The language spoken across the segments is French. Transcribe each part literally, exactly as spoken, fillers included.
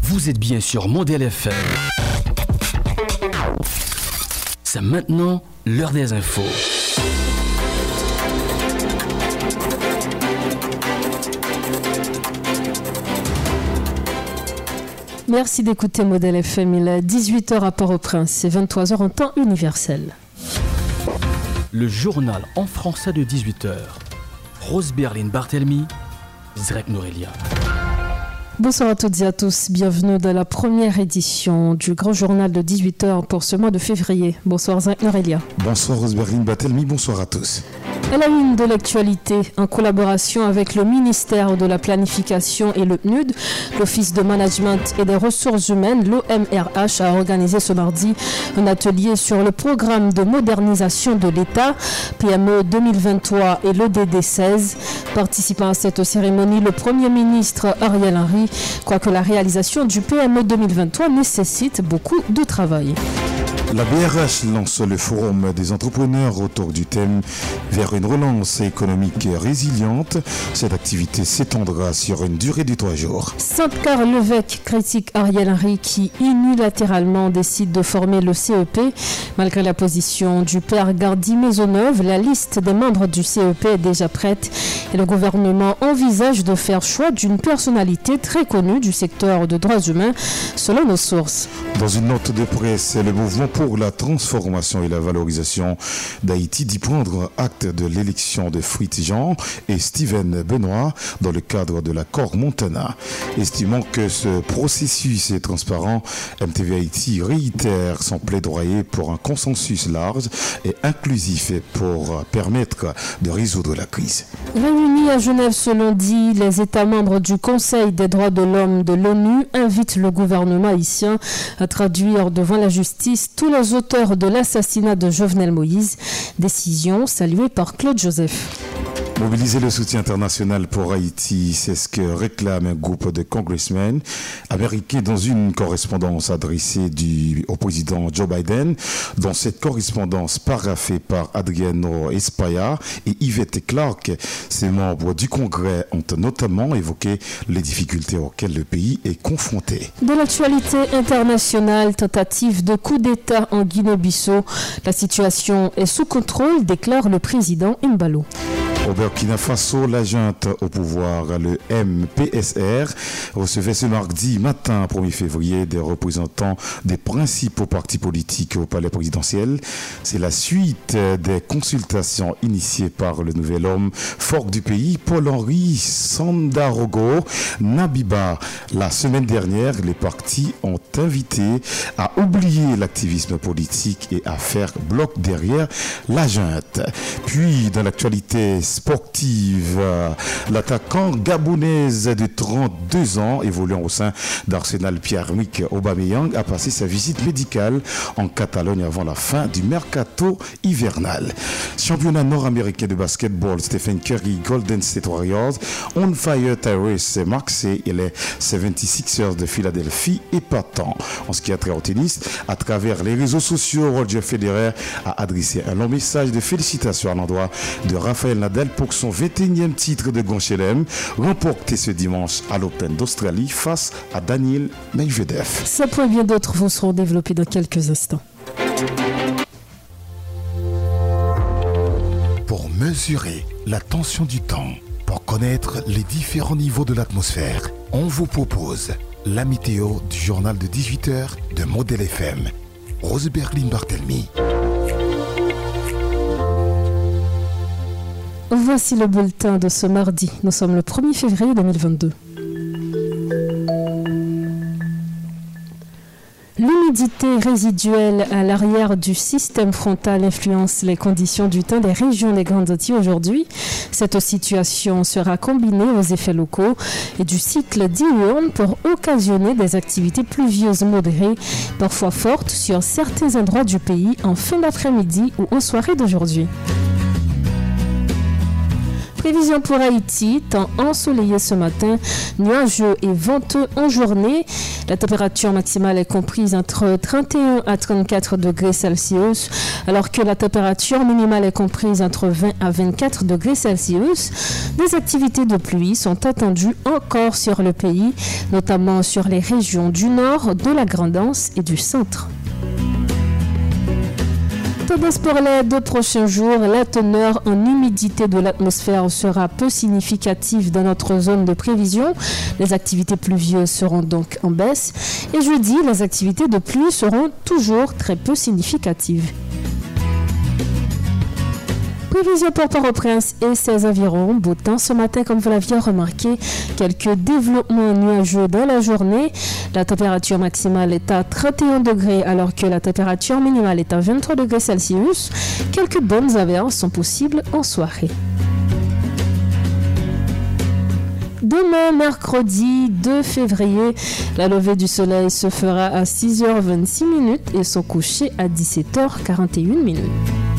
Vous êtes bien sur Modèle F M. C'est maintenant l'heure des infos. Merci d'écouter Modèle F M. Il est dix-huit heures à Port-au-Prince et vingt-trois heures en temps universel. Le journal en français de dix-huit heures. Rose Berline Barthelmy, Zrek Norelia. Bonsoir à toutes et à tous. Bienvenue dans la première édition du grand journal de dix-huit heures pour ce mois de février. Bonsoir Zrek Norelia. Bonsoir Rose Berline Barthelmy, bonsoir à tous. À la une de l'actualité, en collaboration avec le ministère de la Planification et le P N U D, l'Office de Management et des Ressources Humaines, l'O M R H, a organisé ce mardi un atelier sur le programme de modernisation de l'État, P M E deux mille vingt-trois et l'O D D seize. Participant à cette cérémonie, le Premier ministre Ariel Henry croit que la réalisation du P M E deux mille vingt-trois nécessite beaucoup de travail. La B R H lance le forum des entrepreneurs autour du thème vers une relance économique résiliente. Cette activité s'étendra sur une durée de trois jours. Sainte-Carl-Levêque critique Ariel Henry qui unilatéralement décide de former le C E P. Malgré la position du père Gardy Maisonneuve, la liste des membres du C E P est déjà prête et le gouvernement envisage de faire choix d'une personnalité très connue du secteur de droits humains, selon nos sources. Dans une note de presse, le mouvement pour la transformation et la valorisation d'Haïti dit prendre acte de l'élection de Fritz Jean et Steven Benoît dans le cadre de l'accord Montana. Estimant que ce processus est transparent, M T V Haïti réitère son plaidoyer pour un consensus large et inclusif pour permettre de résoudre la crise. Réunis à Genève ce lundi, les États membres du Conseil des droits de l'homme de l'ONU invitent le gouvernement haïtien à traduire devant la justice tous les auteurs de l'assassinat de Jovenel Moïse. Décision saluée par Claude Joseph. Mobiliser le soutien international pour Haïti, c'est ce que réclame un groupe de congressmen américains dans une correspondance adressée du, au président Joe Biden. Dans cette correspondance paraphée par Adriano Espaillat et Yvette Clark, ces membres du Congrès ont notamment évoqué les difficultés auxquelles le pays est confronté. De l'actualité internationale, tentative de coup d'État en Guinée-Bissau. La situation est sous contrôle, déclare le président Mbalo. Au Burkina Faso, la junte au pouvoir, le M P S R, recevait ce mardi matin, premier février, des représentants des principaux partis politiques au palais présidentiel. C'est la suite des consultations initiées par le nouvel homme fort du pays, Paul-Henri Sandarogo Nabiba. La semaine dernière, les partis ont invité à oublier l'activisme politique et à faire bloc derrière la junte. Puis, dans l'actualité sportive, l'attaquant gabonaise de trente-deux ans évoluant au sein d'Arsenal Pierre-Emerick Aubameyang a passé sa visite médicale en Catalogne avant la fin du mercato hivernal. Championnat nord-américain de basketball, Stephen Curry, Golden State Warriors, On Fire Tyrese Maxey et les soixante-sixers de Philadelphie épatant. En ce qui a trait au tennis, à travers les réseaux sociaux, Roger Federer a adressé un long message de félicitations à l'endroit de Rafael Nadal pour son vingt et unième titre de Grand Chelem, remporté ce dimanche à l'Open d'Australie face à Daniil Medvedev. Ces points et bien d'autres vous seront développés dans quelques instants. Pour mesurer la tension du temps, pour connaître les différents niveaux de l'atmosphère, on vous propose la météo du journal de dix-huit heures de Modèle F M. Rose Berline Barthelmy. Voici le bulletin de ce mardi. Nous sommes le premier février deux mille vingt-deux. L'humidité résiduelle à l'arrière du système frontal influence les conditions du temps des régions des Grandes Antilles aujourd'hui. Cette situation sera combinée aux effets locaux et du cycle diurne pour occasionner des activités pluvieuses modérées, parfois fortes sur certains endroits du pays en fin d'après-midi ou en soirée d'aujourd'hui. Prévision pour Haïti, temps ensoleillé ce matin, nuageux et venteux en journée. La température maximale est comprise entre trente et un à trente-quatre degrés Celsius, alors que la température minimale est comprise entre vingt à vingt-quatre degrés Celsius. Des activités de pluie sont attendues encore sur le pays, notamment sur les régions du nord, de la Grande-Anse et du centre. Tendance pour les deux prochains jours, la teneur en humidité de l'atmosphère sera peu significative dans notre zone de prévision. Les activités pluvieuses seront donc en baisse. Et jeudi, les activités de pluie seront toujours très peu significatives. Prévision pour Port-au-Prince et ses environs. Beau temps ce matin, comme vous l'aviez remarqué. Quelques développements nuageux dans la journée. La température maximale est à trente et un degrés alors que la température minimale est à vingt-trois degrés Celsius. Quelques bonnes averses sont possibles en soirée. Demain, mercredi deux février, la levée du soleil se fera à six heures vingt-six minutes et son coucher à dix-sept heures quarante et une minutes.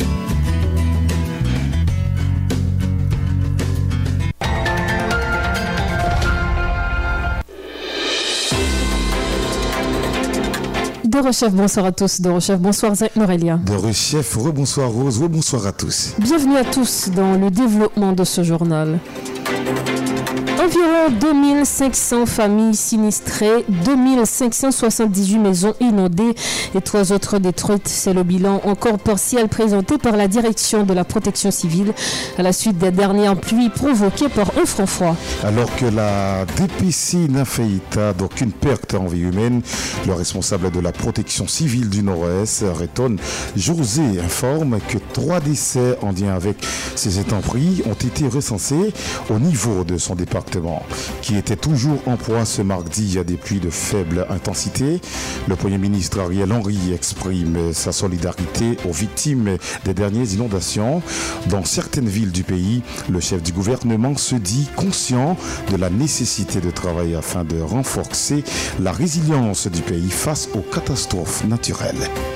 De Rechef, bonsoir à tous. De Rechef, bonsoir Zach Norelia. De Rechef, rebonsoir Rose, rebonsoir à tous. Bienvenue à tous dans le développement de ce journal. Environ deux mille cinq cents familles sinistrées, deux mille cinq cent soixante-dix-huit maisons inondées et trois autres détruites. C'est le bilan encore partiel présenté par la direction de la protection civile à la suite des dernières pluies provoquées par un front froid. Alors que la D P C n'a fait état d'aucune perte en vie humaine, le responsable de la protection civile du Nord-Est, Reton José, informe que trois décès en lien avec ces intempéries ont été recensés au niveau de son département, qui était toujours en proie ce mardi à des pluies de faible intensité. Le Premier ministre Ariel Henry exprime sa solidarité aux victimes des dernières inondations. Dans certaines villes du pays, le chef du gouvernement se dit conscient de la nécessité de travailler afin de renforcer la résilience du pays face aux catastrophes naturelles.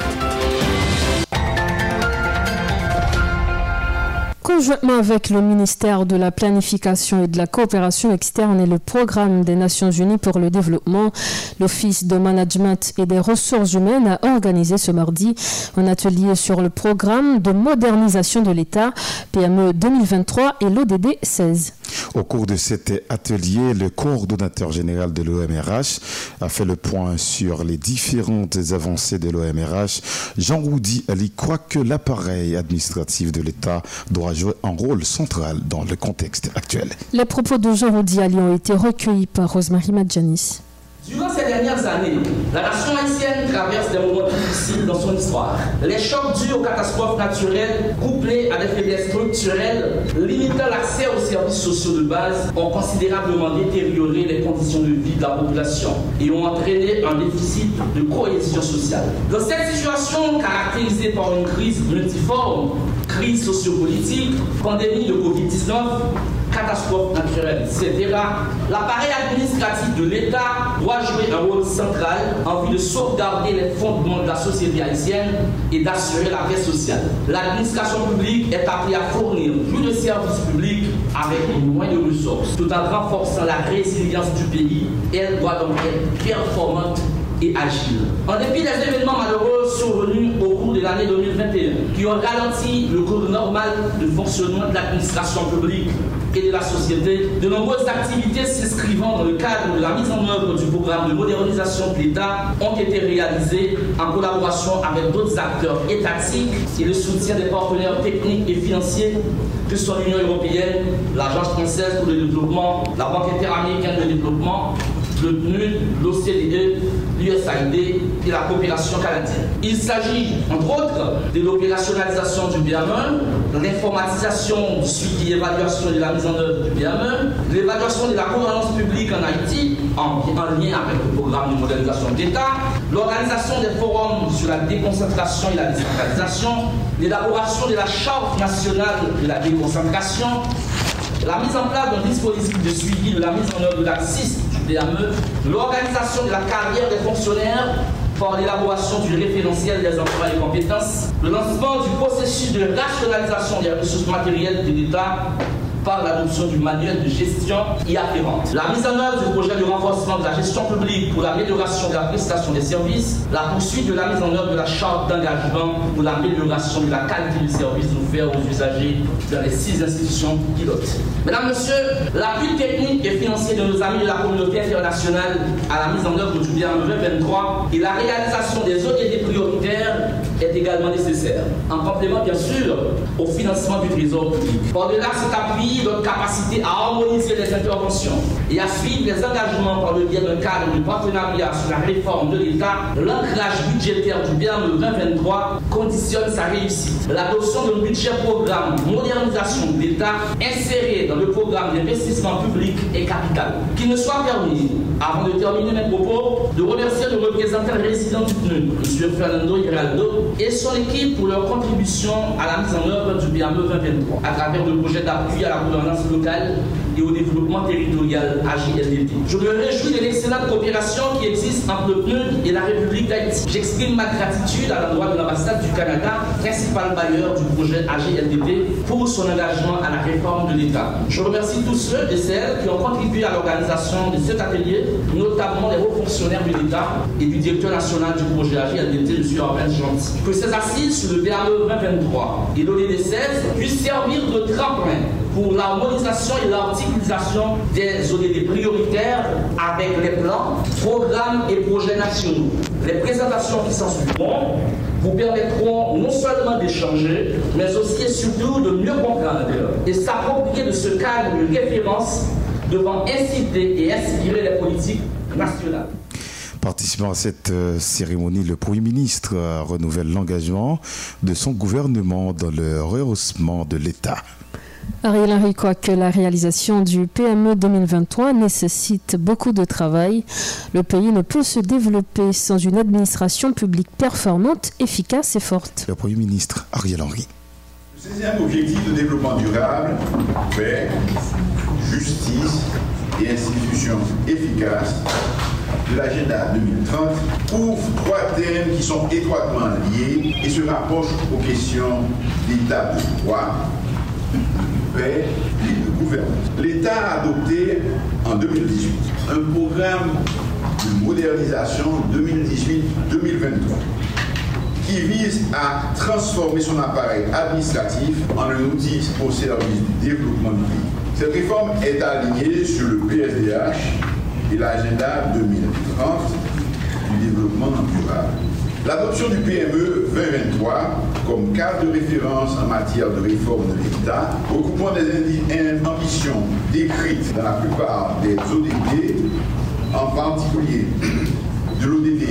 Conjointement avec le ministère de la Planification et de la Coopération externe et le Programme des Nations Unies pour le développement, l'Office de Management et des Ressources humaines a organisé ce mardi un atelier sur le programme de modernisation de l'État P M E deux mille vingt-trois et l'O D D seize. Au cours de cet atelier, le coordonnateur général de l'O M R H a fait le point sur les différentes avancées de l'O M R H. Jean Roudy Ali croit que l'appareil administratif de l'État doit jouer un rôle central dans le contexte actuel. Les propos de Jean Roudy Ali ont été recueillis par Rosemary Madjanis. Durant ces dernières années, la nation haïtienne traverse des moments difficiles dans son histoire. Les chocs dus aux catastrophes naturelles, couplés à des faiblesses structurelles, limitant l'accès aux services sociaux de base, ont considérablement détérioré les conditions de vie de la population et ont entraîné un déficit de cohésion sociale. Dans cette situation caractérisée par une crise multiforme, crise sociopolitique, pandémie de covid dix-neuf, catastrophes naturelles, et cetera, l'appareil administratif de l'État doit jouer un rôle central en vue de sauvegarder les fondements de la société haïtienne et d'assurer la paix sociale. L'administration publique est appelée à fournir plus de services publics avec moins de ressources, tout en renforçant la résilience du pays. Elle doit donc être performante et agile. En dépit des événements malheureux survenus au cours de l'année deux mille vingt et un, qui ont ralenti le cours normal de fonctionnement de l'administration publique et de la société, de nombreuses activités s'inscrivant dans le cadre de la mise en œuvre du programme de modernisation de l'État ont été réalisées en collaboration avec d'autres acteurs étatiques et le soutien des partenaires techniques et financiers que sont l'Union européenne, l'Agence française pour le développement, la Banque interaméricaine de développement, le P N U D, l'O C D E, l'U S A I D et la coopération canadienne. Il s'agit, entre autres, de l'opérationnalisation du B M E, l'informatisation du suivi et évaluation de la mise en œuvre du B M E, l'évaluation de la gouvernance publique en Haïti, en, en lien avec le programme de modernisation de l'État, l'organisation des forums sur la déconcentration et la décentralisation, l'élaboration de la charte nationale de la déconcentration, la mise en place d'un dispositif de suivi de la mise en œuvre de l'acte six du B M E, l'organisation de la carrière des fonctionnaires par l'élaboration du référentiel des emplois et compétences, le lancement du processus de rationalisation des ressources matérielles de l'État, par l'adoption du manuel de gestion y afférente. La mise en œuvre du projet de renforcement de la gestion publique pour l'amélioration de la prestation des services, la poursuite de la mise en œuvre de la charte d'engagement pour l'amélioration de la qualité du service offert aux usagers dans les six institutions pilotes. Mesdames, Messieurs, l'appui technique et financier de nos amis de la communauté internationale à la mise en œuvre du B I A M vingt vingt-trois et la réalisation des O D D prioritaires est également nécessaire, en complément bien sûr au financement du trésor public. Par-delà cet appui, notre capacité à harmoniser les interventions et à suivre les engagements par le biais d'un cadre de partenariat sur la réforme de l'État, l'ancrage budgétaire du B I A M vingt vingt-trois conditionne sa réussite. L'adoption d'un budget programme modernisation de l'État inséré dans le programme d'investissement public et capital. Qu'il me soit permis, avant de terminer mes propos, de remercier le représentant résident du P N U D, M. Fernando Hiraldo, et son équipe pour leur contribution à la mise en œuvre du B I A M vingt vingt-trois à travers le projet d'appui à la gouvernance locale et au développement territorial A J L D T. Je me réjouis de l'excellente coopération qui existe entre le P N U D et la République d'Haïti. J'exprime ma gratitude à l'endroit de l'ambassade du Canada, principal bailleur du projet A J L D T, pour son engagement à la réforme de l'État. Je remercie tous ceux et celles qui ont contribué à l'organisation de cet atelier, notamment les hauts fonctionnaires de l'État et du directeur national du projet A J L D T, M. Arben Gentil. Que ces assises sur le B I A M vingt vingt-trois et l'O D D seize puissent servir de tremplin pour l'harmonisation et l'articulisation des O D D prioritaires avec les plans, programmes et projets nationaux. Les présentations qui s'en suivront vous permettront non seulement d'échanger, mais aussi et surtout de mieux comprendre et s'approprier de ce cadre de référence devant inciter et inspirer les politiques nationales. Participant à cette euh, cérémonie, le Premier ministre euh, renouvelle l'engagement de son gouvernement dans le rehaussement de l'État. Ariel Henry croit que la réalisation du P M E deux mille vingt-trois nécessite beaucoup de travail. Le pays ne peut se développer sans une administration publique performante, efficace et forte. Le Premier ministre Ariel Henry. Le seizième objectif de développement durable, paix, justice et institutions efficaces de l'agenda deux mille trente ouvre trois thèmes qui sont étroitement liés et se rapprochent aux questions d'état de droit, de paix et de gouvernance. L'État a adopté en deux mille dix-huit un programme de modernisation deux mille dix-huit deux mille vingt-trois qui vise à transformer son appareil administratif en un outil au service du développement du pays. Cette réforme est alignée sur le P S D H et l'agenda deux mille trente du développement durable. L'adoption du P M E vingt vingt-trois comme cadre de référence en matière de réforme de l'État, recoupant des ambitions décrites dans la plupart des O D D, en particulier de l'O D D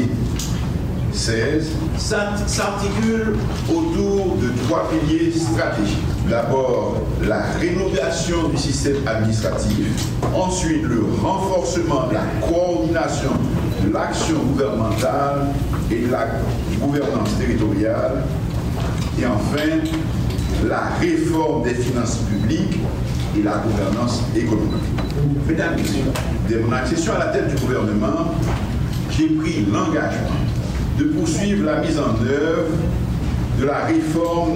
seize, s'articule autour de trois piliers stratégiques. D'abord, la rénovation du système administratif, ensuite le renforcement de la coordination de l'action gouvernementale et de la gouvernance territoriale, et enfin, la réforme des finances publiques et la gouvernance économique. Mesdames et messieurs, dès mon accession à la tête du gouvernement, j'ai pris l'engagement de poursuivre la mise en œuvre de la réforme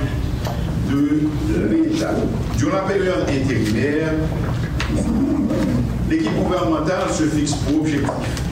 de l'État. Durant la période intérimaire, l'équipe gouvernementale se fixe pour objectif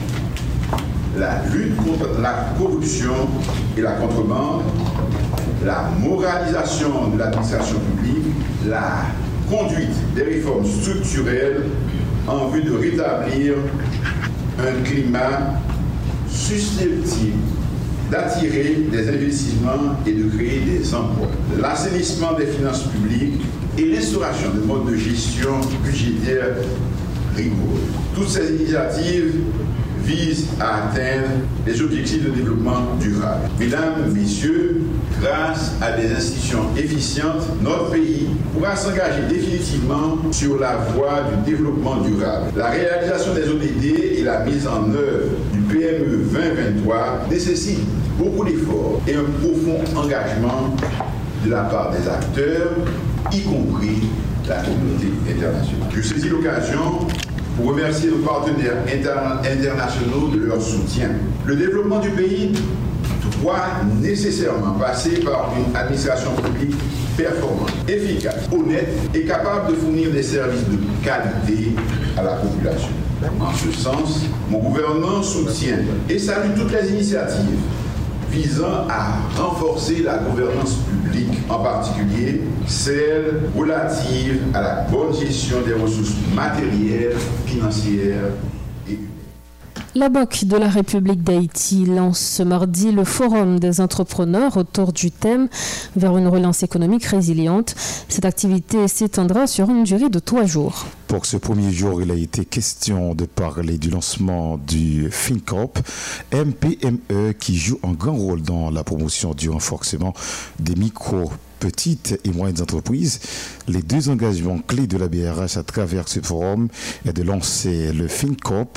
la lutte contre la corruption et la contrebande, la moralisation de l'administration publique, la conduite des réformes structurelles en vue de rétablir un climat susceptible d'attirer des investissements et de créer des emplois. L'assainissement des finances publiques et l'instauration de modes de gestion budgétaire rigoureux. Toutes ces initiatives visent à atteindre les objectifs de développement durable. Mesdames, Messieurs, grâce à des institutions efficientes, notre pays pourra s'engager définitivement sur la voie du développement durable. La réalisation des O D D et la mise en œuvre du P M E vingt vingt-trois nécessitent beaucoup d'efforts et un profond engagement de la part des acteurs, y compris la communauté internationale. Je saisis l'occasion pour remercier nos partenaires inter internationaux de leur soutien. Le développement du pays, tout doit nécessairement passer par une administration publique performante, efficace, honnête et capable de fournir des services de qualité à la population. En ce sens, mon gouvernement soutient et salue toutes les initiatives visant à renforcer la gouvernance publique, en particulier celles relatives à la bonne gestion des ressources matérielles, financières et humaines. La Banque de la République d'Haïti lance ce mardi le Forum des entrepreneurs autour du thème « Vers une relance économique résiliente ». Cette activité s'étendra sur une durée de trois jours. Pour ce premier jour, il a été question de parler du lancement du FinCorp M P M E qui joue un grand rôle dans la promotion du renforcement des micro, petites et moyennes entreprises. Les deux engagements clés de la B R H à travers ce forum est de lancer le FinCorp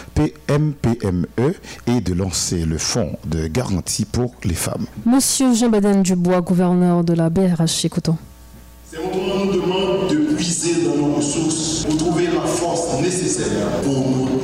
M P M E et de lancer le fonds de garantie pour les femmes. Monsieur Jean-Baden Dubois, gouverneur de la B R H, écoutons. Ces moments nous demandent de puiser dans nos ressources pour trouver la force nécessaire pour nous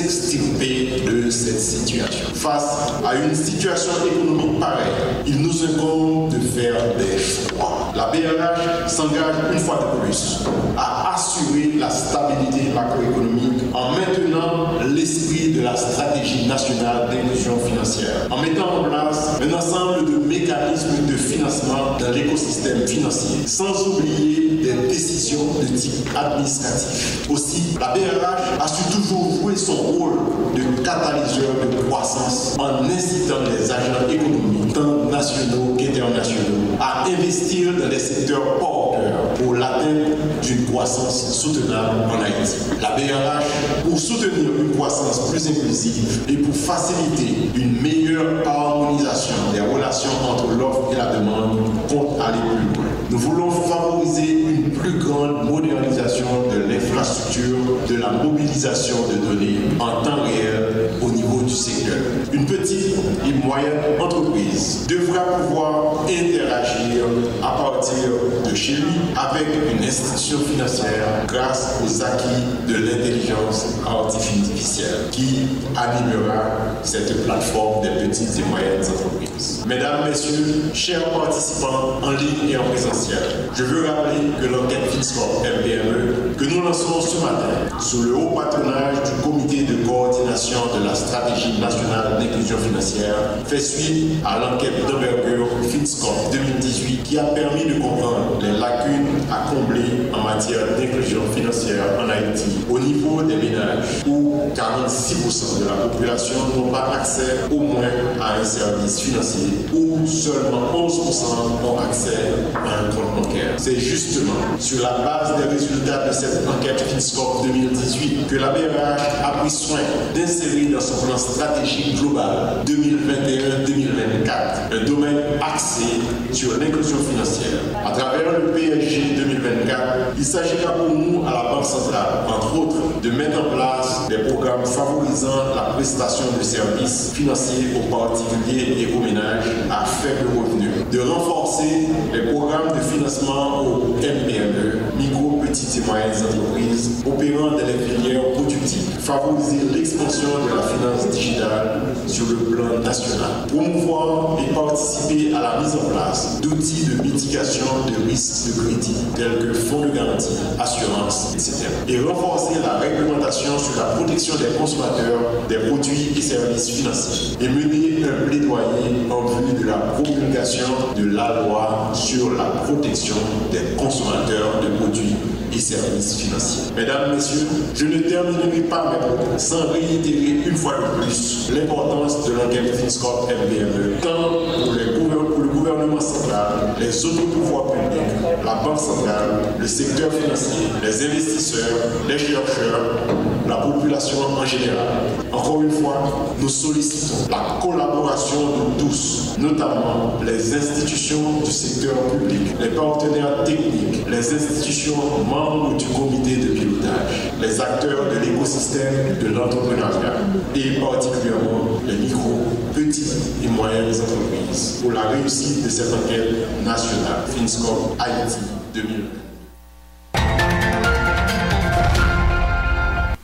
extirper de cette situation. Face à une situation économique pareille, il nous incombe de faire des choix. La B R H s'engage une fois de plus à assurer la stabilité macroéconomique en maintenant l'esprit de la stratégie nationale d'inclusion financière, en mettant en place un ensemble de mécanismes de financement dans l'écosystème financier, sans oublier des décisions de type administratif. Aussi, la B R H a su toujours jouer son rôle de catalyseur de croissance en incitant les agents économiques, tant nationaux qu'internationaux, à investir dans les secteurs porteurs pour l'atteinte d'une croissance soutenable en Haïti. La B R H, pour soutenir une croissance plus inclusive et pour faciliter une meilleure harmonisation des relations entre l'offre et la demande, compte aller plus loin. Nous voulons favoriser une plus grande modernisation de l'infrastructure, de la mobilisation de données en temps réel au niveau du secteur. Une petite et moyenne entreprise devra pouvoir interagir à partir de chez lui avec une institution financière grâce aux acquis de l'intelligence artificielle qui animera cette plateforme des petites et moyennes entreprises. Mesdames, Messieurs, chers participants en ligne et en présentiel, je veux rappeler que l'enquête FinCorp M P M E que nous lançons ce matin sous le haut patronage du comité de coordination de la stratégie nationale d'inclusion financière fait suite à l'enquête d'envergure FinCorp deux mille dix-huit qui a permis de comprendre les lacunes à combler en matière d'inclusion financière en Haïti au niveau des ménages où quarante-six pour cent de la population n'ont pas accès au moins à un service financier où seulement onze pour cent ont accès à un compte bancaire. C'est justement sur la base des résultats de cette enquête FinCorp deux mille dix-huit que la B R H a pris soin d'insérer dans son plan stratégique global deux mille vingt et un deux mille vingt-quatre un domaine axé sur l'inclusion financière. À travers le P S G deux mille vingt-quatre, il s'agira pour nous à la Banque centrale, entre autres, de mettre en place des programmes favorisant la prestation de services financiers aux particuliers et aux ménages à faible revenu, de renforcer les programmes de financement aux M P M E, micro, petites et moyennes entreprises, opérant dans les filières productives, favoriser l'expansion de la finance digitale sur le plan national, promouvoir et participer à la mise en place d'outils de mitigation de risques de crédit, tels que fonds de garantie, assurance, et cetera. Et renforcer la réglementation sur la protection des consommateurs des produits et services financiers. Et mener un plaidoyer en vue de la promulgation de la loi sur la protection des consommateurs de produits et services financiers. Mesdames, Messieurs, je ne terminerai pas mes propos sans réitérer une fois de plus l'importance de l'enquête FinCorp M P M E, tant pour, les pour le gouvernement central, les autres pouvoirs publics, la Banque centrale, le secteur financier, les investisseurs, les chercheurs, la population en général. Encore une fois, nous sollicitons la collaboration de tous, notamment les institutions du secteur public, les partenaires techniques, les institutions membres du comité de pilotage, les acteurs de l'écosystème de l'entrepreneuriat et particulièrement les micro, petites et moyennes entreprises pour la réussite de cette enquête nationale FinCorp Haïti deux mille vingt.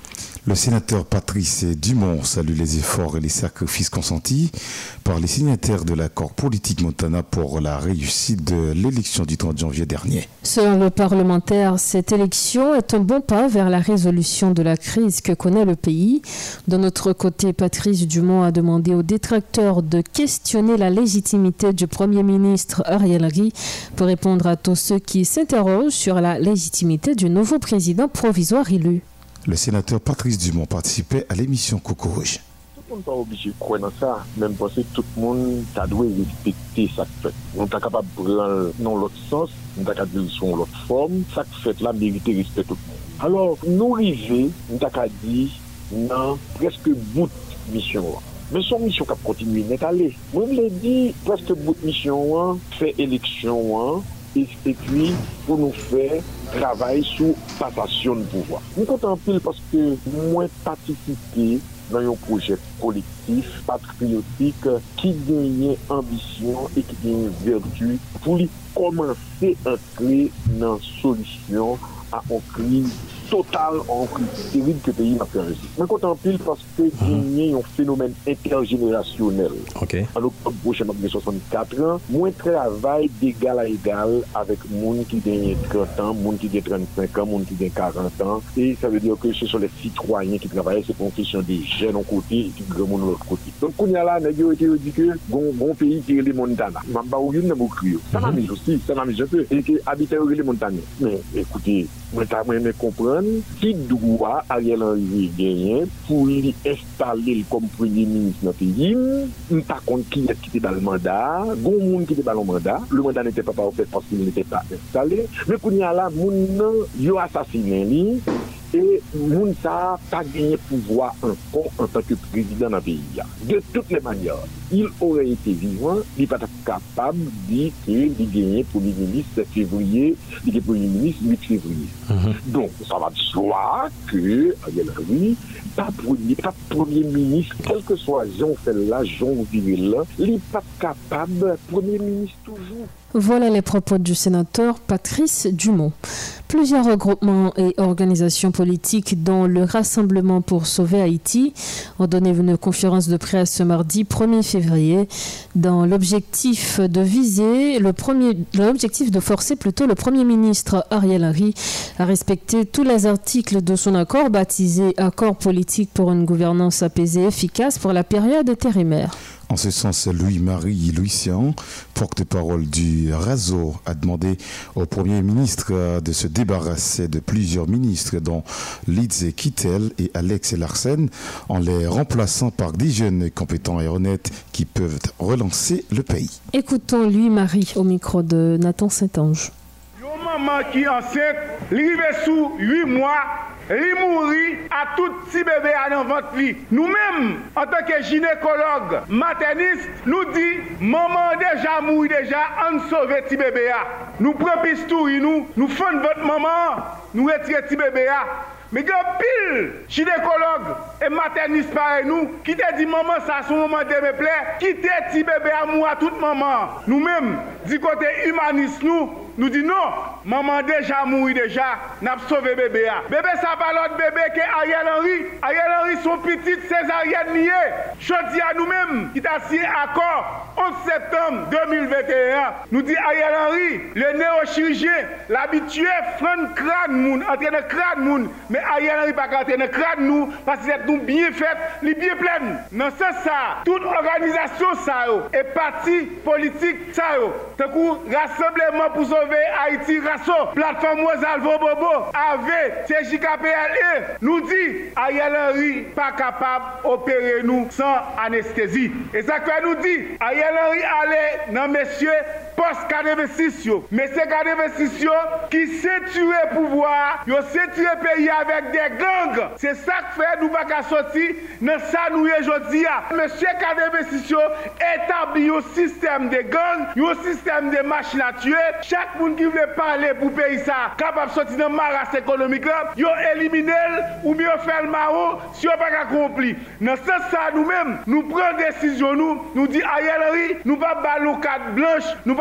Le sénateur Patrice Dumont salue les efforts et les sacrifices consentis par les signataires de l'accord politique Montana pour la réussite de l'élection du trente janvier dernier. Selon le parlementaire, cette élection est un bon pas vers la résolution de la crise que connaît le pays. De notre côté, Patrice Dumont a demandé aux détracteurs de questionner la légitimité du Premier ministre Ariel Henry pour répondre à tous ceux qui s'interrogent sur la légitimité du nouveau président provisoire élu. Le sénateur Patrice Dumont participait à l'émission Coco Rouge. Tout le monde n'est pas obligé de croire dans ça, même parce que tout le monde a dû respecter ça que fait. On est capable de prendre dans l'autre sens, on est capable de dire sur l'autre forme, ça que fait là mérite respect tout le monde. Alors, nous arrivons, on est capable de dire, non, presque bout de mission. Mais son mission qui a continué n'est allé. Moi, je l'ai dit, presque bout de mission, fait élection, et puis pour nous faire travail sur passation de pouvoir. Nous comptons pile parce que moins participer dans un projet collectif, patriotique, qui gagne ambition et qui gagne vertu pour commencer à créer une solution à une crise totale, en crise terrible que le pays m'a fait réussir. Mais comptons pile parce que il y a un phénomène intergénérationnel. Okay. En octobre prochain, j'ai soixante-quatre ans, moins travail d'égal à égal avec les gens qui ont trente ans, les gens qui ont trente-cinq ans, les gens qui ont quarante ans. Et ça veut dire que ce sont les citoyens qui travaillent, c'est pour une question des jeunes d'un côté et du grand monde de l'autre côté. Donc, quand il y a là, il y a dit que bon pays qui est les Montana. Je ne sais pas où il y a des ça m'amuse aussi, ça m'amuse un peu. Et qui habitent les Montana. Mais écoutez, je vais comprendre qui doit Ariel Henry gagner pour lui installer comme premier ministre dans le pays. Je ne sais pas qui est qui était dans le mandat. Il y a des gens qui étaient dans le mandat. Le mandat n'était pas parfait parce qu'il n'était pas installé. Mais quand il y a là, il y a assassiné. Et moun sa pas gagné pouvoir encore en tant que président dans le pays. De toutes les manières, il aurait été vivant, il n'est pas capable de dire qu'il a gagné Premier ministre février, il est Premier ministre huit février. Mm-hmm. Donc, ça va de soi que Ariel Henry pas premier, pas Premier ministre, quel que soit Jean Fella, Jean Viril, il n'est pas capable, Premier ministre toujours. Voilà les propos du sénateur Patrice Dumont. Plusieurs regroupements et organisations politiques, dont le Rassemblement pour sauver Haïti, ont donné une conférence de presse ce mardi premier février dans l'objectif de viser le premier, l'objectif de forcer plutôt le Premier ministre Ariel Henry à respecter tous les articles de son accord baptisé Accord politique pour une gouvernance apaisée et efficace pour la période intérimaire. En ce sens, Louis-Marie Louisian, porte-parole du R A S O, a demandé au Premier ministre de se débarrasser de plusieurs ministres, dont Lidze Kittel et Alex Larsen, en les remplaçant par des jeunes compétents et honnêtes qui peuvent relancer le pays. Écoutons Louis-Marie au micro de Nathan Saint-Ange. Yo maman qui enceinte, rive sous huit mois, il mourit à tout petit bébé à dans votre vie. Nous-mêmes, en tant que gynécologue, materniste, nous dit, maman déjà mourit déjà, on sauve petit bébé. Nous prenons pistouri, nous, nous faisons votre maman, nous retirons petit bébé. Mais il y a pile gynécologue et materniste pareil nous, qui te dit maman ça son moment de me plaît, qui te dit bébé à moi à toute maman. Nous-mêmes, du côté humaniste nous, nous dit non, maman déjà mourit déjà, n'a sauvé bébé. Bébé ça pas l'autre bébé que Ariel Henry. Ariel Henry son petit césarienne lié. Je dis à nous-mêmes qui t'a signé accord onze septembre deux mille vingt et un. Nous dit Ariel Henry, le néochirurgien, l'habitué front crâne moun, en train de crâne moun. Mais Ariel Henry pas entrer dans crâne nous parce que c'est nous bien fait, li bien plein. Dans ce ça, toute organisation ça et parti politique ça yo. Tant coup rassemblement pour sauver Haïti Rasso, plateforme Rosalvo Bobo, A V, C J K P L E, nous dit Ariel Henry pas capable d'opérer nous sans anesthésie. Et ça que nous dit Ariel Henry allait dans messieurs post quatre-vingt-six, messieurs quatre-vingt-six qui ceinturent pouvoir, ils ceinturent pays avec des gangs. C'est ça que fait nous pas sortir dans ça nous aujourd'hui. Monsieur quatre-vingt-six établit un système de gangs, un système de machines à tuer. Chaque monde qui veut parler pour pays ça, capable de sortir dans maras économique là, ils éliminer ou mieux faire le maro si on pas accompli. Dans ce ça nous-mêmes, nous prenons décision nous, nous dit Ariel Henry, nous pas ballon carte blanche, nous pas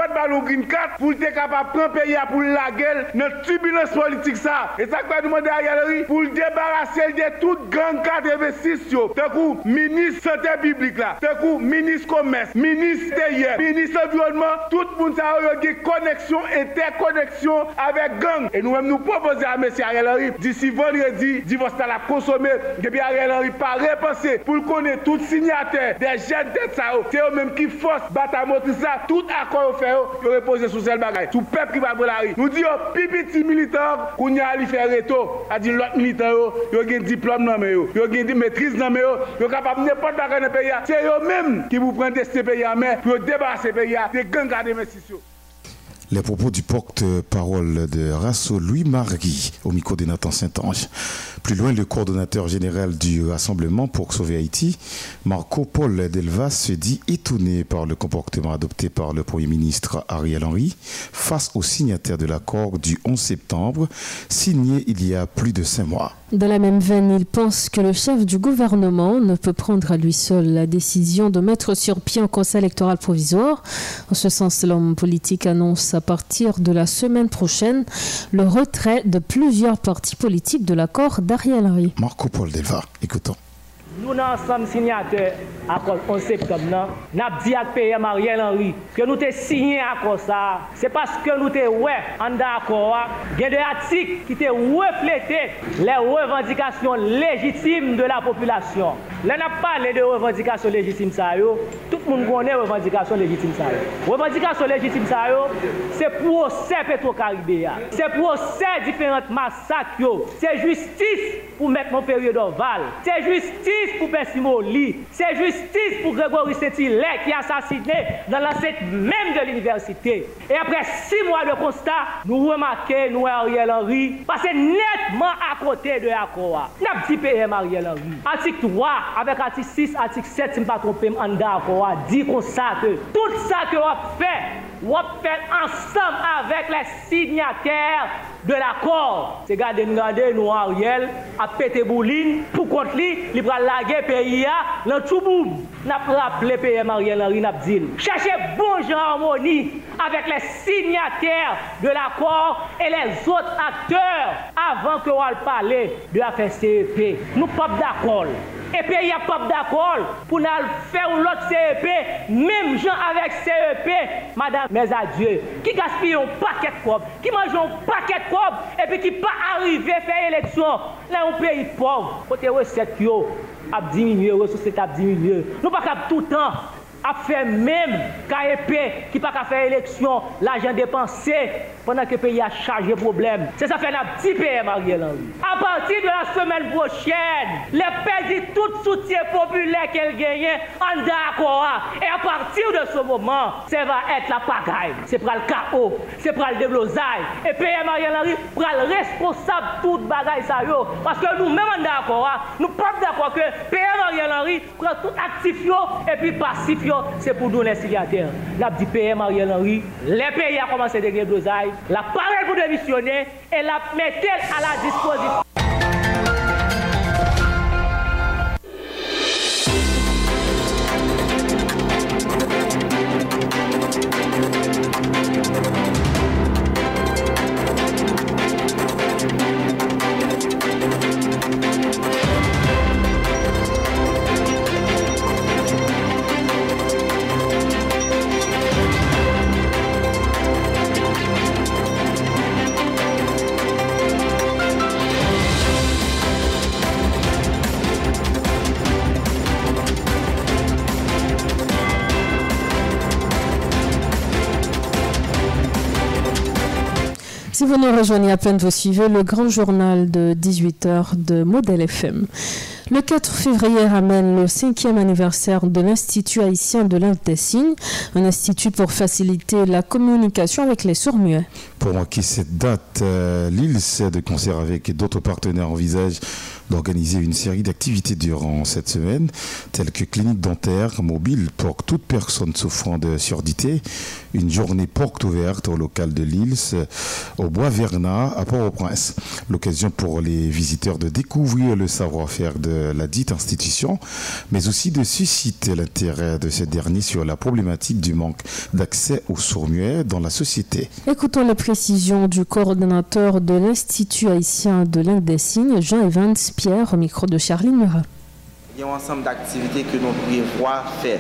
mettre ballon green card pour être capable de prendre le pays pour la gueule dans la turbulence politique ça. Et ça va demander à Ariel Henry pour le débarrasser de toute grande carte d'investissement. D'un coup, ministre santé publique là, d'un coup, ministre commerce, ministre intérieur, ministre environnement, tout le monde a une connexion, interconnexion avec gang. Et nous-mêmes nous proposons à M. Ariel Henry d'ici vendredi, divorce à la consommer, depuis Ariel Henry pas repenser pour connaître tout signataire des jeunes têtes ça, c'est eux-mêmes qui force bataille motrice ça, tout accord fait, ils reposent sur ce bagage. Tout peuple qui va pour la rue. Nous disons, pipiti militant, qu'on y a à lui faire retour, à dire l'autre militant, ils ont un diplôme dans le pays, ils ont une maîtrise dans le pays, ils sont capables de n'importe quoi dans le pays. C'est eux-mêmes qui vous prennent ce pays en main pour débarrasser le pays des gangs d'investissement. Les propos du porte-parole de Rasso, Louis Margui, au micro de Nathan Saint-Ange. Plus loin, le coordonnateur général du Rassemblement pour sauver Haïti, Marco Paul Delva, se dit étonné par le comportement adopté par le Premier ministre Ariel Henry face aux signataires de l'accord du onze septembre, signé il y a plus de cinq mois. Dans la même veine, il pense que le chef du gouvernement ne peut prendre à lui seul la décision de mettre sur pied un conseil électoral provisoire. En ce sens, l'homme politique annonce à partir de la semaine prochaine le retrait de plusieurs partis politiques de l'accord d'Ariel Henry. Marco Paul Delva, écoutons. Nous sommes signataires à l'accord onze septembre. Nous avons dit à P M Ariel Henry que nous avons signé à l'accord ça. C'est parce que nous avons ouais, en accord, il y a des articles qui ont reflété les revendications légitimes de la population. Là, on a parlé de revendications légitimes. Tout le monde connaît les revendications légitimes. Les revendications légitimes, c'est pour ces Petro-Caribéens. C'est pour ces différents massacres. C'est justice pour mettre mon période ovale. C'est justice pour Persimo Li. C'est justice pour Grégory Saint-Hilaire qui est assassiné dans l'enceinte même de l'université. Et après six mois de constat, nous remarquons, nous Ariel Henry, passer nettement à côté de l'accord. Nous avons dit P M Ariel Henry. Article trois, avec article six, article sept, si je ne me trompe pas, en d'accord, dit comme ça que tout ça que vous fait, vous faites ensemble avec les signataires de l'accord. C'est garder nous garder nous Ariel à péter bouline pour contre lui, il va laguer pays dans tout boum. N'a rappelé P M Ariel Henry n'a dit cherchez bon genre harmonie avec les signataires de l'accord et les autres acteurs avant que on parle de l'affaire C E P. Nous pas d'accord. Et puis il n'y a pas d'accord pour nous faire l'autre C E P, même gens avec C E P, madame, mes adieux, qui gaspille un paquet de cob, qui mange un paquet de cob, et puis qui pas arrivé à faire élection. Là, un pays pauvre, côté recette, a diminué, ressources a diminué. Nous pas tout le temps à faire même K E P qui pas faire élection, l'argent dépensé pendant que le pays a chargé problème. C'est ça fait un petit P M Ariel Henry. À partir de la semaine prochaine, les perdit tout soutien populaire qu'elle gagnait en d'accord. Et à partir de ce moment, ça va être la pagaille. C'est pour le chaos, c'est pour le déblosaille. Et P M Ariel Henry sera le responsable de toute bagaille ça yo. Parce que nous-mêmes en d'accord, nous ne sommes pas d'accord que P M Ariel Henry prend tout actif et puis passif. C'est pour nous les signataires. La dit P M Ariel Henry, les pays ont commencé à dégager l'oseille, la parole pour démissionner et la mettre à la disposition. Si vous nous rejoignez à peine, vous suivez le grand journal de dix-huit heures de Modèle F M. Le quatre février ramène le cinquième anniversaire de l'Institut haïtien de langue des signes, un institut pour faciliter la communication avec les sourds-muets. Pour marquer cette date, euh, l'I L S de concert avec d'autres partenaires envisage d'organiser une série d'activités durant cette semaine, telles que clinique dentaire mobile pour toute personne souffrant de surdité, une journée porte ouverte au local de Lils, au Bois Vernat, à Port-au-Prince. L'occasion pour les visiteurs de découvrir le savoir-faire de la dite institution, mais aussi de susciter l'intérêt de ce dernier sur la problématique du manque d'accès aux sourds-muets dans la société. Écoutons les précisions du coordonnateur de l'Institut haïtien de langue des signes, Jean Evans Pierre, au micro de Charline Murat. Il y a un ensemble d'activités que nous prévoyons faire.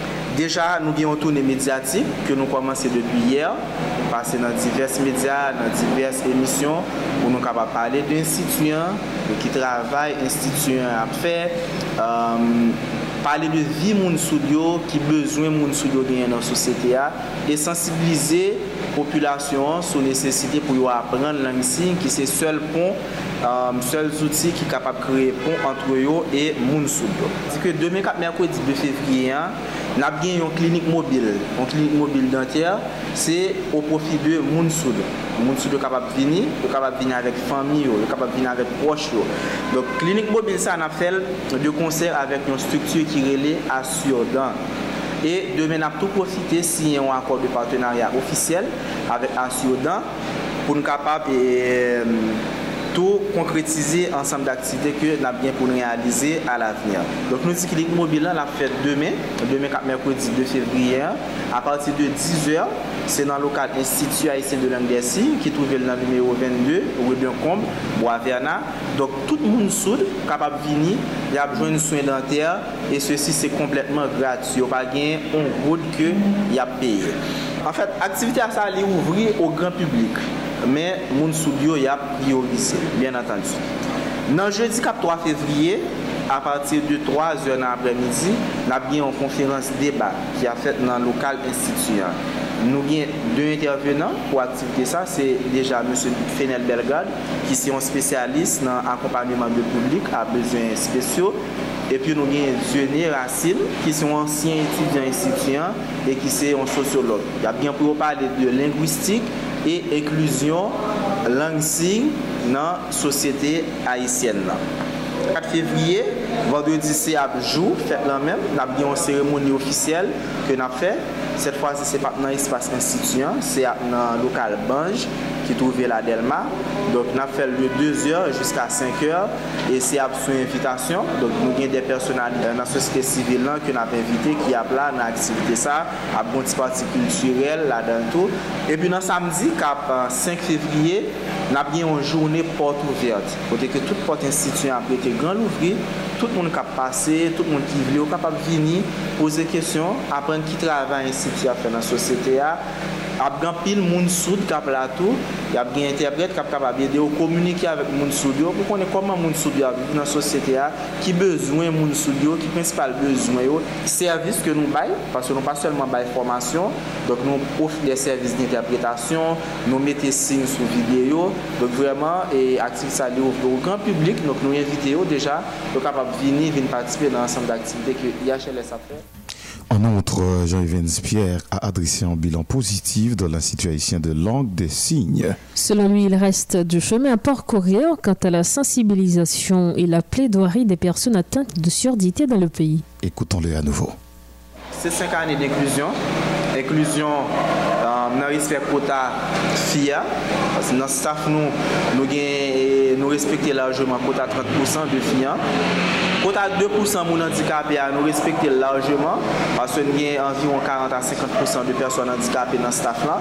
Déjà, nous avons une tournée médiatique que nous commençons depuis hier, passer dans divers médias, dans diverses émissions, pour nous capables de parler d'instituts qui travaillent, instituts à faire, euh, parler de vie moun studio, qui besoin moun studio dans la société et sensibiliser la population sur la nécessité pour apprendre la langue signe, qui c'est le seul pont. Um, seuls outils qui sont capables de créer pont entre eux et moun studio. C'est que demain, mercredi deux février, nous avons une clinique mobile. Une clinique mobile dentaire, c'est au profit de moun studio. Moun studio est capable de venir, est capable de venir avec famille, est capable de venir avec proches. Donc, clinique mobile, ça, on a fait de concert avec une structure qui relève Assure-Dent. Et demain, on a tout profité si on a un accord de partenariat officiel avec Assure-Dent pour nous capables de tout concrétiser ensemble d'activités que nous avons bien pour réaliser à l'avenir. Donc nous disons que clinique mobile l'a fait demain, demain mercredi deux février, à partir de dix heures, c'est dans le local Institut haïtien de langue des signes qui trouve dans le numéro vingt-deux, rue d'un comble, Bois Vernat. Donc tout le monde soude, capable de venir, il y a besoin de soins dentaires et ceci c'est complètement gratuit. Il n'y a pas un route que il y a payé. En fait, l'activité à ça est ouverte au grand public. Mais mon studio y a priorisé, bien entendu. Dans jeudi trois février, à partir de trois heures dans l'après-midi, nous avons une conférence débat qui a fait dans le local institut. Nous avons deux intervenants pour l'activité. Ça, c'est déjà M. Fenel Belgrade, qui est un spécialiste dans l'accompagnement du public à besoins spéciaux. Et puis nous avons Zioné Racine, qui est un ancien étudiant instituant et qui est un sociologue. Il y a bien pour parler de linguistique et inclusion langue signe dans la société haïtienne. quatre février, vendredi c'est à jour, fête la même, nous avons une cérémonie officielle que nous avons fait. Cette fois-ci, ce n'est pas dans l'espace instituant, c'est dans le local Bange qui trouve la Delma. Donc nous avons fait le deux heures jusqu'à cinq heures et c'est sous invitation. Donc nous avons des personnalités dans la société civile que nous avons invité qui a là dans l'activité ça, à bon petit parti culturel là-dedans tout. Et puis dans samedi, cinq février, nous avons une journée porte ouverte. Côté que toute porte instituant a été grand ouverte, tout le monde qui a passé, tout le monde qui veut capable de venir poser des questions, apprendre qui travaille institut à faire dans la société. Il y a bien pile moun soud qui a plateau, il y a bien interprète qui a capable d'aider à communiquer avec moun soud pour connaître comment moun soud vit dans la société, qui besoin moun soud, qui principal besoin services que nous baillons parce que nous pas seulement bail formation, donc nous offrons des services d'interprétation, nous mettons signes sur vidéo, donc vraiment et activité ça au grand public, donc nous invitons déjà pour capable venir venir participer dans l'ensemble d'activités que I H L S a fait. En outre, Jean Evans Pierre a adressé un bilan positif dans l'Institut haïtien de langue des signes. Selon lui, il reste du chemin à parcourir quant à la sensibilisation et la plaidoirie des personnes atteintes de surdité dans le pays. Écoutons-le à nouveau. C'est cinq années d'inclusion. Inclusion euh, dans le respect quota F I A. Parce que dans le staff, nous, nous, nous respectons largement quota trente pour cent de F I A. Quota deux pour cent de mon handicapé, nous respectons largement. Parce que nous avons environ quarante à cinquante pour cent de personnes handicapées dans ce staff-là.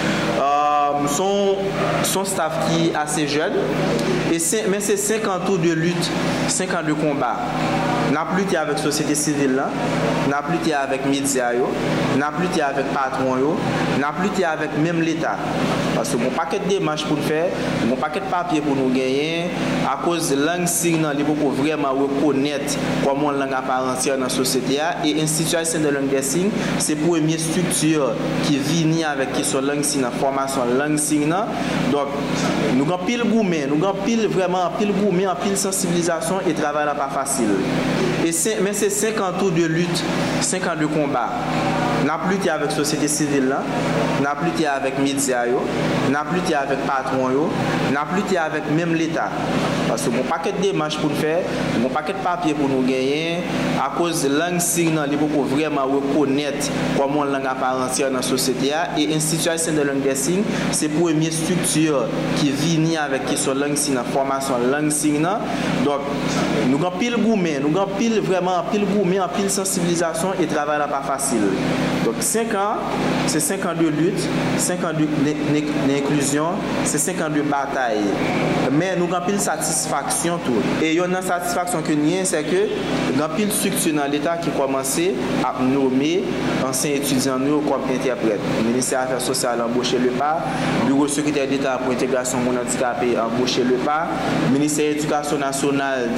Euh, son, son staff qui est assez jeune, et c'est, mais c'est cinq ans de lutte, cinq ans de combat. N'a plus été avec la société civile, n'a plus été avec les médias, n'a plus été avec les patrons, n'a plus été avec même l'État. Parce que mon paquet de démarches pour nous faire, mon paquet de papier pour nous gagner, à cause de la langue signe, il faut vraiment reconnaître comment la langue apparaît dans la société. Et l'Institut haïtien de langue des signes, c'est la première structure qui vient avec question langue signe, formation langue signe. Donc, nous avons pile gourmet, nous avons pile vraiment pile gourmet, pile sensibilisation et travail n'est pas facile. Et mais c'est cinquante ans de lutte, cinq ans de combat. N'a plus été avec la société civile, n'a plus été avec les médias, n'a plus été avec les patrons, n'a plus été avec même l'État. Parce que mon paquet de démarches pour nous faire, mon paquet de papier pour nous gagner, à cause de la langue signe, il faut vraiment reconnaître comment la langue apparaît dans la société. Et l'institution de langue des signes, c'est pour une structure qui vient avec la langue signe, la formation langue signe. Donc, nous avons pile gourmet, nous avons pile vraiment pile gourmet, pile sensibilisation et travail n'est pas facile. Donc cinq ans, c'est cinq ans de lutte, cinq ans d'inclusion, c'est cinq ans de bataille. Mais nous avons pile satisfaction tout. Et il y a une satisfaction que nous avons, c'est que nous avons pile structure dans l'État qui commence à nommer anciens étudiants nous comme interprètes. Le ministère des Affaires sociales a embauché le P A, le bureau secrétaire d'État pour l'intégration mon handicapé a embauché le P A, le ministère de l'Éducation nationale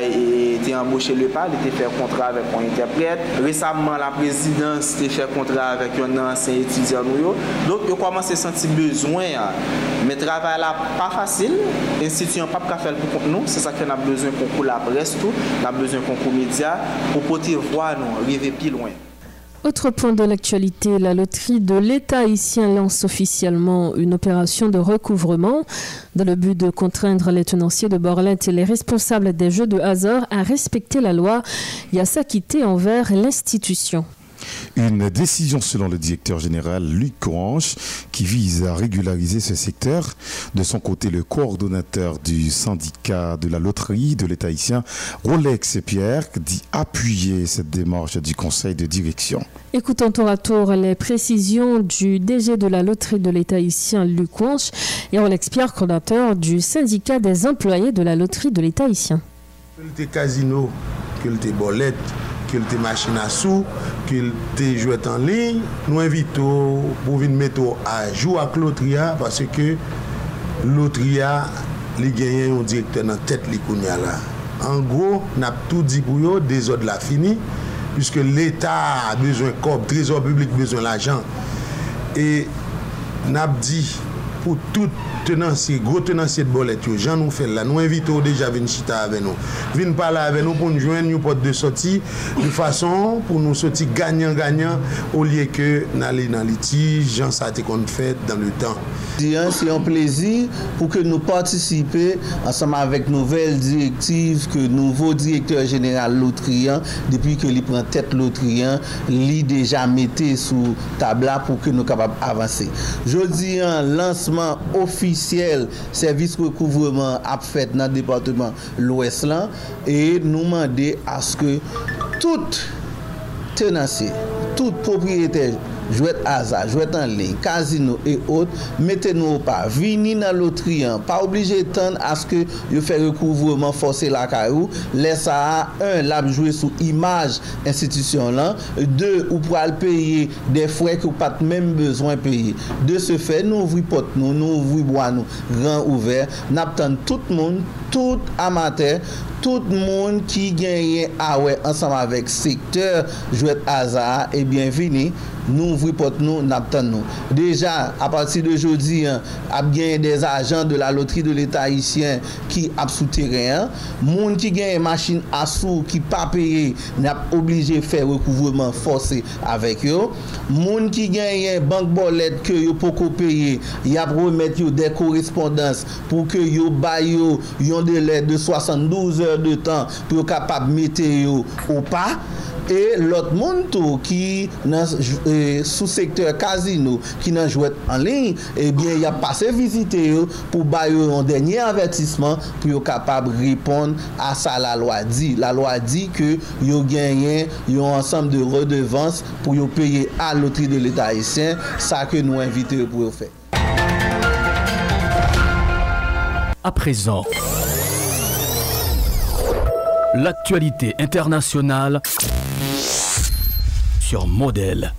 a embauché le P A, il a fait contrat avec un interprète. Récemment, la présidence a fait contrat avec un ancien étudiant. Donc, il commence à sentir besoin. Mais le travail là pas facile. L'institution n'a pas faire pour nous. C'est ça qu'on a besoin pour la presse, tout. On a besoin pour les médias pour pouvoir voir nous arriver plus loin. Autre point de l'actualité, la loterie de l'État haïtien lance officiellement une opération de recouvrement dans le but de contraindre les tenanciers de borlettes et les responsables des jeux de hasard à respecter la loi et à s'acquitter envers l'institution. Une décision selon le directeur général Luc Coranche qui vise à régulariser ce secteur. De son côté, le coordonnateur du syndicat de la loterie de l'État haïtien, Rolex Pierre, dit appuyer cette démarche du conseil de direction. Écoutons tour à tour les précisions du D G de la loterie de l'État haïtien, Luc Coranche, et Rolex Pierre, coordonnateur du syndicat des employés de la loterie de l'État haïtien. Que le casino, que le bolette, que le machine à sous, que le jouet en ligne, nous invitons pour venir mettre à jour avec l'Otria parce que l'Otria, les gagnants ont directeur dans la tête là. En gros, nous avons tout dit pour eux, des ordres là fini, puisque l'État a besoin de corps, le trésor public a besoin d'argent. Et nous avons dit pour tout tenancier, gros tenancier de bolette, Jean nous fait là, nous invitons déjà à venir chita avec nous. Venir parler avec nous pour nous joindre une porte de sortie de façon pour nous sortir gagnant-gagnant au lieu que d'aller dans litige, Jean ça a été fait dans le temps. C'est un plaisir pour que nous participions ensemble avec nouvelles directives que nouveau directeur général Lotrian, depuis que il prend tête Lotrian, il déjà metté sous table pour que nous soyons capables d'avancer. Je dis un lancement officiel service recouvrement a fait dans le département l'Ouest là et nous demander à ce que tout tenancier, tout propriétaire jouet hasard, jouet en ligne, casino et autres, mettez-nous au pas, venez dans loterie, pas obligé d'attendre à ce que vous fassiez recouvrement forcé la caillou, laisse à un, la jouer sous image institution là, deux, ou pour payer des frais que vous n'avez pas même besoin de payer. De ce fait, nous ouvrons porte nous, nous ouvrons bois nous, grand ouvert, nous attendons tout le monde, tout amateur, tout le monde qui gagne ah ouais, ensemble avec secteur jouet hasard et bienvenue. Nous ouvrons porte nous, nous déjà à partir d'aujourd'hui, hein, a bien des agents de la loterie de l'État haïtien qui a souterrain, monde qui gagne machine à sous qui pas payé, n'a obligé de faire recouvrement forcé avec eux. Monde qui gagne banque bolette que yo poko payer, y a remettre des correspondances pour que yo bail yo yon délai de soixante-douze heures de temps pour capable mettre yo au pas. Et l'autre monde tout qui dans euh, sous secteur casino qui n'a joué en ligne, eh bien il a passé visiter pour bailler un dernier avertissement pour être capable de répondre à ça la loi dit. La loi dit que yo gagné un ensemble de redevances pour yo payer à loterie de l'État haïtien, ça que nous invitons pour faire. À présent, l'actualité internationale sur Modèle.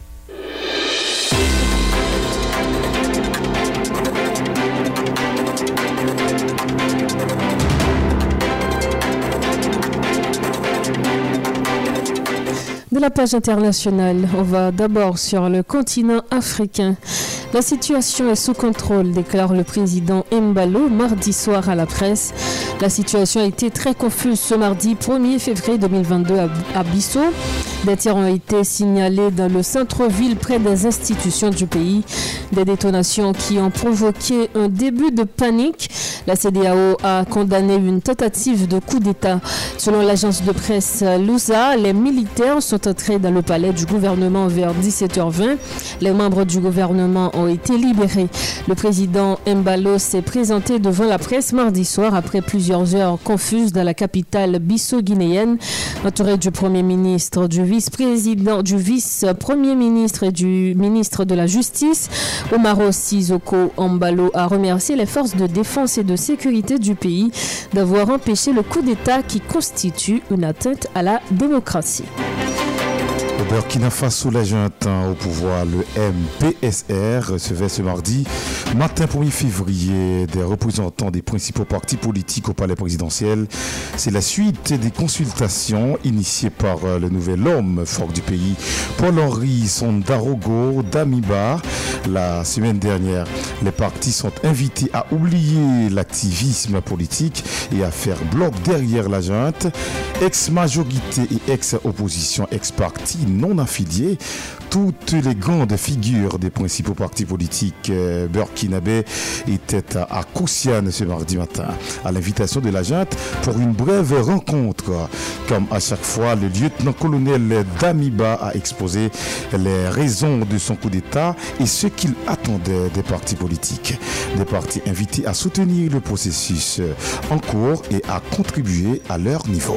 De la page internationale, on va d'abord sur le continent africain. La situation est sous contrôle, déclare le président Embalo mardi soir à la presse. La situation a été très confuse ce mardi premier février deux mille vingt-deux à Bissau. Des tirs ont été signalés dans le centre-ville près des institutions du pays. Des détonations qui ont provoqué un début de panique. La C D A O a condamné une tentative de coup d'État. Selon l'agence de presse Lusa, les militaires sont entrés dans le palais du gouvernement vers dix-sept heures vingt. Les membres du gouvernement ont été libérés. Le président Embalo s'est présenté devant la presse mardi soir après plusieurs heures confuses dans la capitale bissau-guinéenne, entouré du Premier ministre, du vice-président, du vice-premier ministre et du ministre de la Justice. Omaro Sissoko Embalo a remercié les forces de défense et de sécurité du pays d'avoir empêché le coup d'État qui constitue une atteinte à la démocratie. Au Burkina Faso, la junte au pouvoir, le M P S R, recevait ce mardi matin premier février des représentants des principaux partis politiques au palais présidentiel. C'est la suite des consultations initiées par le nouvel homme fort du pays, Paul-Henri Sandarogo Damiba. La semaine dernière, les partis sont invités à oublier l'activisme politique et à faire bloc derrière la junte. Ex-majorité et ex-opposition, ex-parti non affiliés, toutes les grandes figures des principaux partis politiques euh, burkinabés étaient à, à Koussiane ce mardi matin à l'invitation de la junte pour une brève rencontre. Comme à chaque fois, le lieutenant-colonel Damiba a exposé les raisons de son coup d'État et ce qu'il attendait des partis politiques. Des partis invités à soutenir le processus en cours et à contribuer à leur niveau.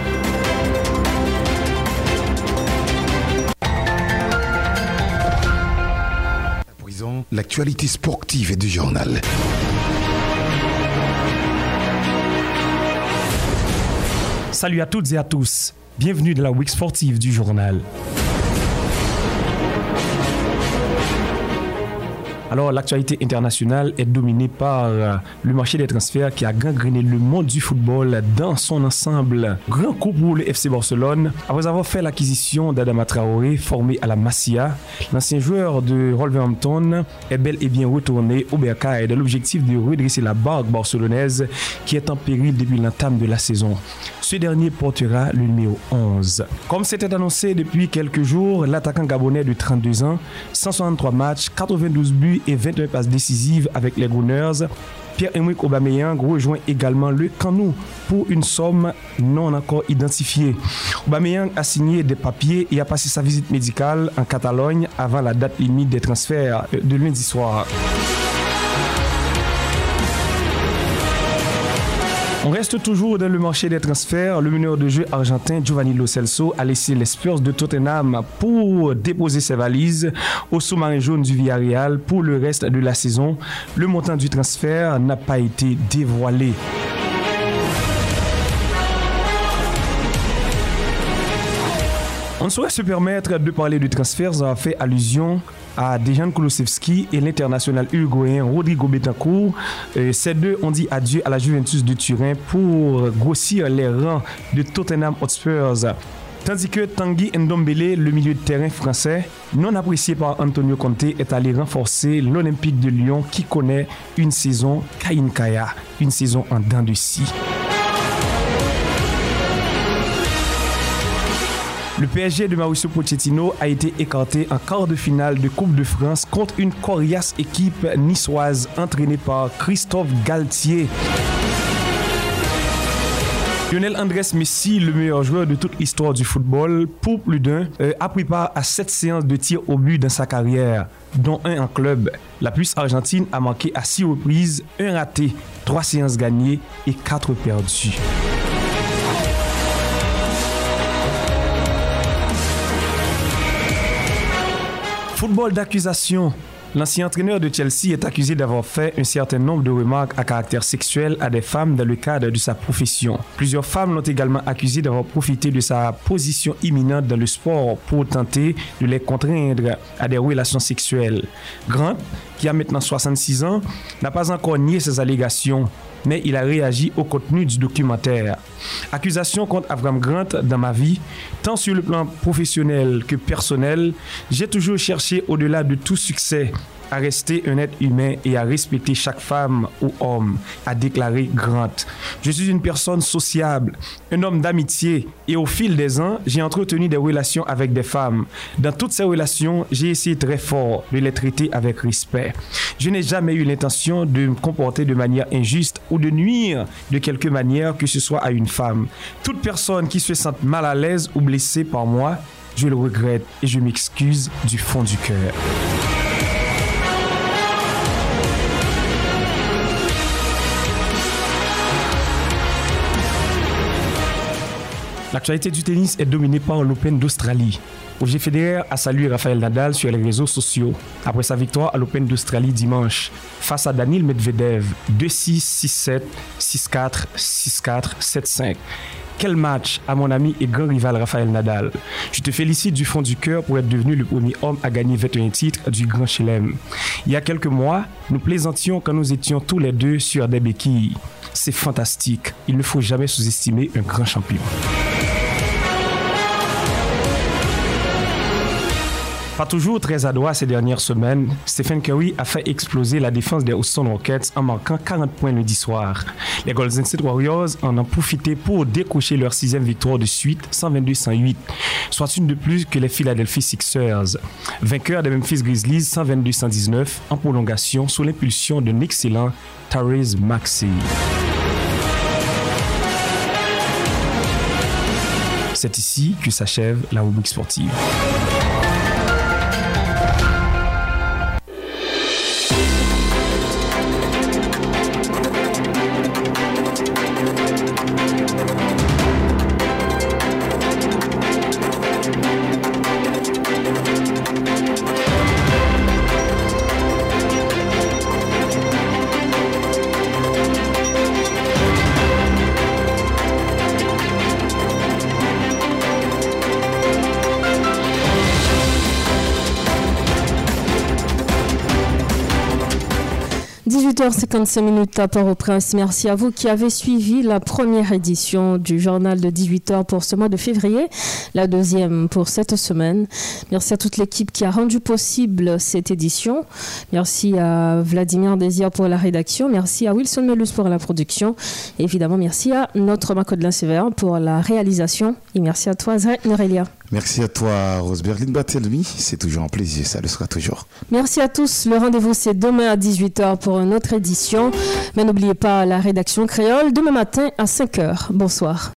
L'actualité sportive et du journal. Salut à toutes et à tous. Bienvenue dans la week sportive du journal. Alors, l'actualité internationale est dominée par euh, le marché des transferts qui a gangréné le monde du football dans son ensemble. Grand coup pour le F C Barcelone. Après avoir fait l'acquisition d'Adama Traoré, formé à la Masia, l'ancien joueur de Wolverhampton est bel et bien retourné au Bercail dans l'objectif de redresser la barque barcelonaise qui est en péril depuis l'entame de la saison. Ce dernier portera le numéro onze. Comme c'était annoncé depuis quelques jours, l'attaquant gabonais de trente-deux ans, cent soixante-trois matchs, quatre-vingt-douze buts et vingt et un passes décisives avec les Gunners, Pierre-Emerick Aubameyang rejoint également le Canou pour une somme non encore identifiée. Aubameyang a signé des papiers et a passé sa visite médicale en Catalogne avant la date limite des transferts de lundi soir. On reste toujours dans le marché des transferts. Le meneur de jeu argentin Giovanni Lo Celso a laissé les Spurs de Tottenham pour déposer ses valises au sous-marin jaune du Villarreal pour le reste de la saison. Le montant du transfert n'a pas été dévoilé. On ne saurait se permettre de parler de transferts, ça a fait allusion à Dejan Kulusevski et l'international uruguayen Rodrigo Betancourt. Euh, ces deux ont dit adieu à la Juventus de Turin pour grossir les rangs de Tottenham Hotspurs. Tandis que Tanguy Ndombele, le milieu de terrain français, non apprécié par Antonio Conte, est allé renforcer l'Olympique de Lyon qui connaît une saison Caïn Kaya, une saison en dents de scie. Le P S G de Mauricio Pochettino a été écarté en quart de finale de Coupe de France contre une coriace équipe niçoise entraînée par Christophe Galtier. Lionel Andrés Messi, le meilleur joueur de toute l'histoire du football, pour plus d'un, euh, a pris part à sept séances de tir au but dans sa carrière, dont un en club. La puce argentine a marqué à six reprises, un raté, trois séances gagnées et quatre perdues. Football d'accusation. L'ancien entraîneur de Chelsea est accusé d'avoir fait un certain nombre de remarques à caractère sexuel à des femmes dans le cadre de sa profession. Plusieurs femmes l'ont également accusé d'avoir profité de sa position imminente dans le sport pour tenter de les contraindre à des relations sexuelles. Grant, qui a maintenant soixante-six ans, n'a pas encore nié ces allégations, mais il a réagi au contenu du documentaire. Accusation contre Avram Grant dans ma vie, tant sur le plan professionnel que personnel, j'ai toujours cherché au-delà de tout succès à rester un être humain et à respecter chaque femme ou homme, a déclaré Grant. Je suis une personne sociable, un homme d'amitié et au fil des ans, j'ai entretenu des relations avec des femmes. Dans toutes ces relations, j'ai essayé très fort de les traiter avec respect. Je n'ai jamais eu l'intention de me comporter de manière injuste ou de nuire de quelque manière que ce soit à une femme. Toute personne qui se sente mal à l'aise ou blessée par moi, je le regrette et je m'excuse du fond du cœur. L'actualité du tennis est dominée par l'Open d'Australie. Roger Federer a salué Rafael Nadal sur les réseaux sociaux après sa victoire à l'Open d'Australie dimanche face à Daniil Medvedev deux six, six sept, six quatre, six quatre, sept cinq. Quel match à mon ami et grand rival Rafael Nadal. Je te félicite du fond du cœur pour être devenu le premier homme à gagner vingt et un titres du Grand Chelem. Il y a quelques mois, nous plaisantions quand nous étions tous les deux sur des béquilles. C'est fantastique. Il ne faut jamais sous-estimer un grand champion. Pas toujours très adroit ces dernières semaines, Stephen Curry a fait exploser la défense des Houston Rockets en marquant quarante points lundi soir. Les Golden State Warriors en ont profité pour décrocher leur sixième victoire de suite, cent vingt-deux à cent huit, soit une de plus que les Philadelphia Sixers. Vainqueurs des Memphis Grizzlies cent vingt-deux à cent dix-neuf en prolongation sous l'impulsion d'un excellent Tyrese Maxey. C'est ici que s'achève la rubrique sportive. dix-huit heures cinquante-cinq minutes à Port-au-Prince. Merci à vous qui avez suivi la première édition du journal de dix-huit heures pour ce mois de février, la deuxième pour cette semaine. Merci à toute l'équipe qui a rendu possible cette édition. Merci à Vladimir Désir pour la rédaction. Merci à Wilson Melus pour la production. Et évidemment, merci à notre Macodelin Sévérin pour la réalisation. Et merci à toi, Zé Norelia. Merci à toi, Rose-Berline Barthelemy. C'est toujours un plaisir, ça le sera toujours. Merci à tous. Le rendez-vous, c'est demain à dix-huit heures pour une autre édition. Mais n'oubliez pas la rédaction créole demain matin à cinq heures. Bonsoir.